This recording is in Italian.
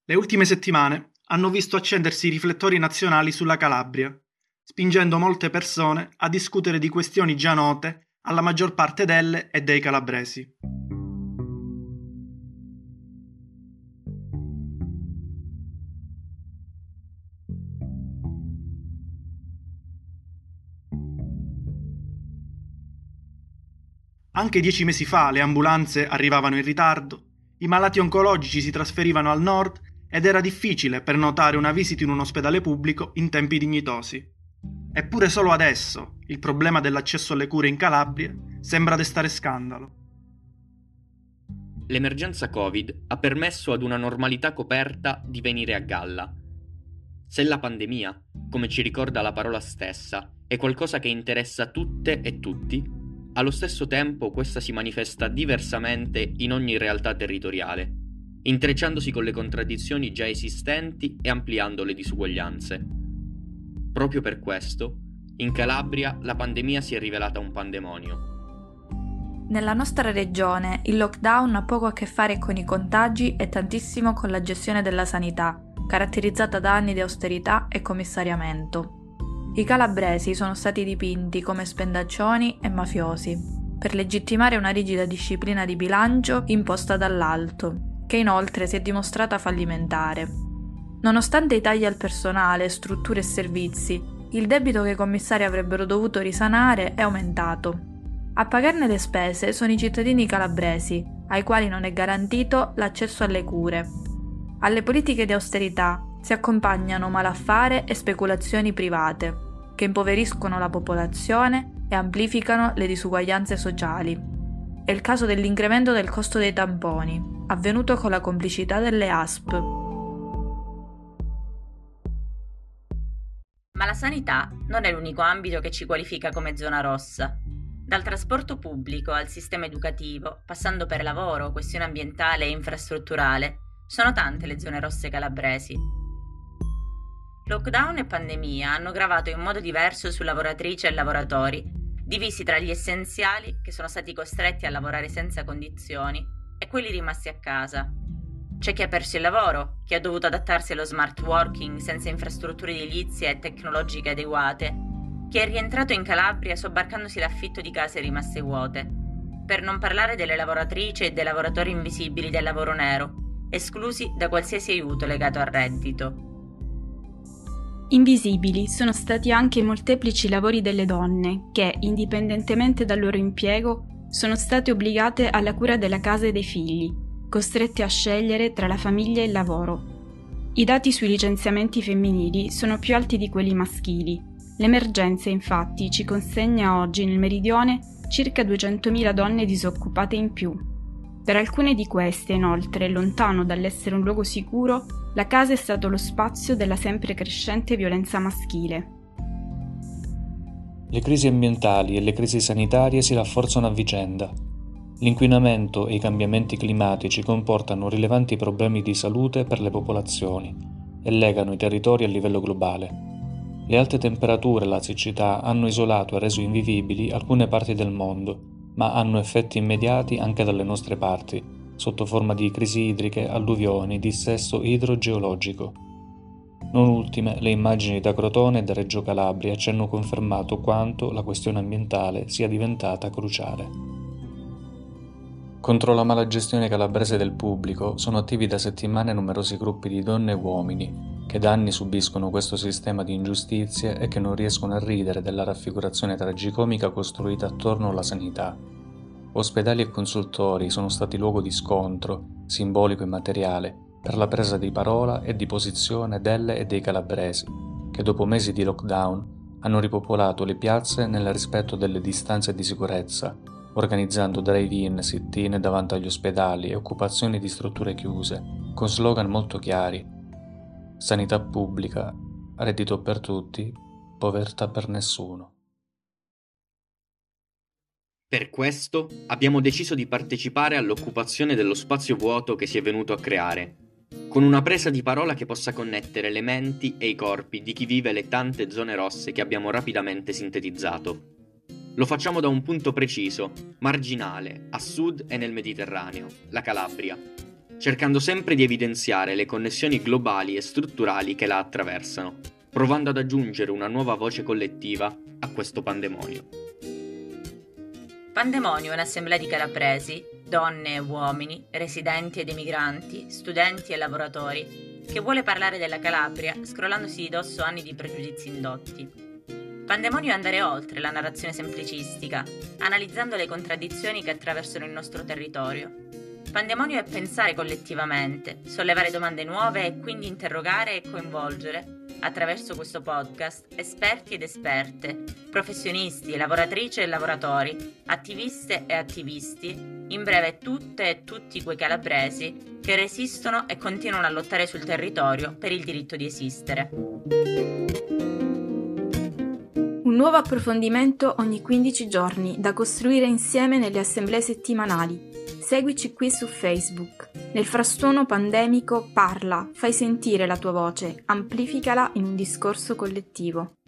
Le ultime settimane hanno visto accendersi i riflettori nazionali sulla Calabria, spingendo molte persone a discutere di questioni già note alla maggior parte delle e dei calabresi. Anche 10 mesi fa le ambulanze arrivavano in ritardo, i malati oncologici si trasferivano al nord ed era difficile prenotare una visita in un ospedale pubblico in tempi dignitosi. Eppure solo adesso il problema dell'accesso alle cure in Calabria sembra destare scandalo. L'emergenza Covid ha permesso ad una normalità coperta di venire a galla. Se la pandemia, come ci ricorda la parola stessa, è qualcosa che interessa tutte e tutti, allo stesso tempo questa si manifesta diversamente in ogni realtà territoriale, intrecciandosi con le contraddizioni già esistenti e ampliando le disuguaglianze. Proprio per questo, in Calabria la pandemia si è rivelata un pandemonio. Nella nostra regione il lockdown ha poco a che fare con i contagi e tantissimo con la gestione della sanità, caratterizzata da anni di austerità e commissariamento. I calabresi sono stati dipinti come spendaccioni e mafiosi, per legittimare una rigida disciplina di bilancio imposta dall'alto, che inoltre si è dimostrata fallimentare. Nonostante i tagli al personale, strutture e servizi, il debito che i commissari avrebbero dovuto risanare è aumentato. A pagarne le spese sono i cittadini calabresi, ai quali non è garantito l'accesso alle cure. Alle politiche di austerità si accompagnano malaffare e speculazioni private, che impoveriscono la popolazione e amplificano le disuguaglianze sociali. È il caso dell'incremento del costo dei tamponi, avvenuto con la complicità delle ASP. Ma la sanità non è l'unico ambito che ci qualifica come zona rossa. Dal trasporto pubblico al sistema educativo, passando per lavoro, questione ambientale e infrastrutturale, sono tante le zone rosse calabresi. Lockdown e pandemia hanno gravato in modo diverso su lavoratrici e lavoratori, divisi tra gli essenziali, che sono stati costretti a lavorare senza condizioni, e quelli rimasti a casa. C'è chi ha perso il lavoro, chi ha dovuto adattarsi allo smart working senza infrastrutture edilizie e tecnologiche adeguate, chi è rientrato in Calabria sobbarcandosi l'affitto di case rimaste vuote. Per non parlare delle lavoratrici e dei lavoratori invisibili del lavoro nero, esclusi da qualsiasi aiuto legato al reddito. Invisibili sono stati anche i molteplici lavori delle donne che, indipendentemente dal loro impiego, sono state obbligate alla cura della casa e dei figli, costrette a scegliere tra la famiglia e il lavoro. I dati sui licenziamenti femminili sono più alti di quelli maschili. L'emergenza, infatti, ci consegna oggi nel meridione circa 200.000 donne disoccupate in più. Per alcune di queste, inoltre, lontano dall'essere un luogo sicuro, la casa è stato lo spazio della sempre crescente violenza maschile. Le crisi ambientali e le crisi sanitarie si rafforzano a vicenda. L'inquinamento e i cambiamenti climatici comportano rilevanti problemi di salute per le popolazioni e legano i territori a livello globale. Le alte temperature e la siccità hanno isolato e reso invivibili alcune parti del mondo, ma hanno effetti immediati anche dalle nostre parti, sotto forma di crisi idriche, alluvioni, dissesto idrogeologico. Non ultime, le immagini da Crotone e da Reggio Calabria ci hanno confermato quanto la questione ambientale sia diventata cruciale. Contro la malagestione calabrese del pubblico sono attivi da settimane numerosi gruppi di donne e uomini che da anni subiscono questo sistema di ingiustizie e che non riescono a ridere della raffigurazione tragicomica costruita attorno alla sanità. Ospedali e consultori sono stati luogo di scontro, simbolico e materiale, per la presa di parola e di posizione delle e dei calabresi, che dopo mesi di lockdown hanno ripopolato le piazze nel rispetto delle distanze di sicurezza, organizzando drive-in, sit-in davanti agli ospedali e occupazioni di strutture chiuse, con slogan molto chiari: sanità pubblica, reddito per tutti, povertà per nessuno. Per questo abbiamo deciso di partecipare all'occupazione dello spazio vuoto che si è venuto a creare, con una presa di parola che possa connettere le menti e i corpi di chi vive le tante zone rosse che abbiamo rapidamente sintetizzato. Lo facciamo da un punto preciso, marginale, a sud e nel Mediterraneo, la Calabria. cercando sempre di evidenziare le connessioni globali e strutturali che la attraversano, provando ad aggiungere una nuova voce collettiva a questo pandemonio. Pandemonio è un'assemblea di calabresi, donne e uomini, residenti ed emigranti, studenti e lavoratori, che vuole parlare della Calabria scrollandosi di dosso anni di pregiudizi indotti. Pandemonio è andare oltre la narrazione semplicistica, analizzando le contraddizioni che attraversano il nostro territorio. Pandemonio è pensare collettivamente, sollevare domande nuove e quindi interrogare e coinvolgere, attraverso questo podcast, esperti ed esperte, professionisti, lavoratrici e lavoratori, attiviste e attivisti, in breve tutte e tutti quei calabresi che resistono e continuano a lottare sul territorio per il diritto di esistere. Un nuovo approfondimento ogni 15 giorni, da costruire insieme nelle assemblee settimanali. Seguici qui su Facebook. Nel frastuono pandemico parla, fai sentire la tua voce, amplificala in un discorso collettivo.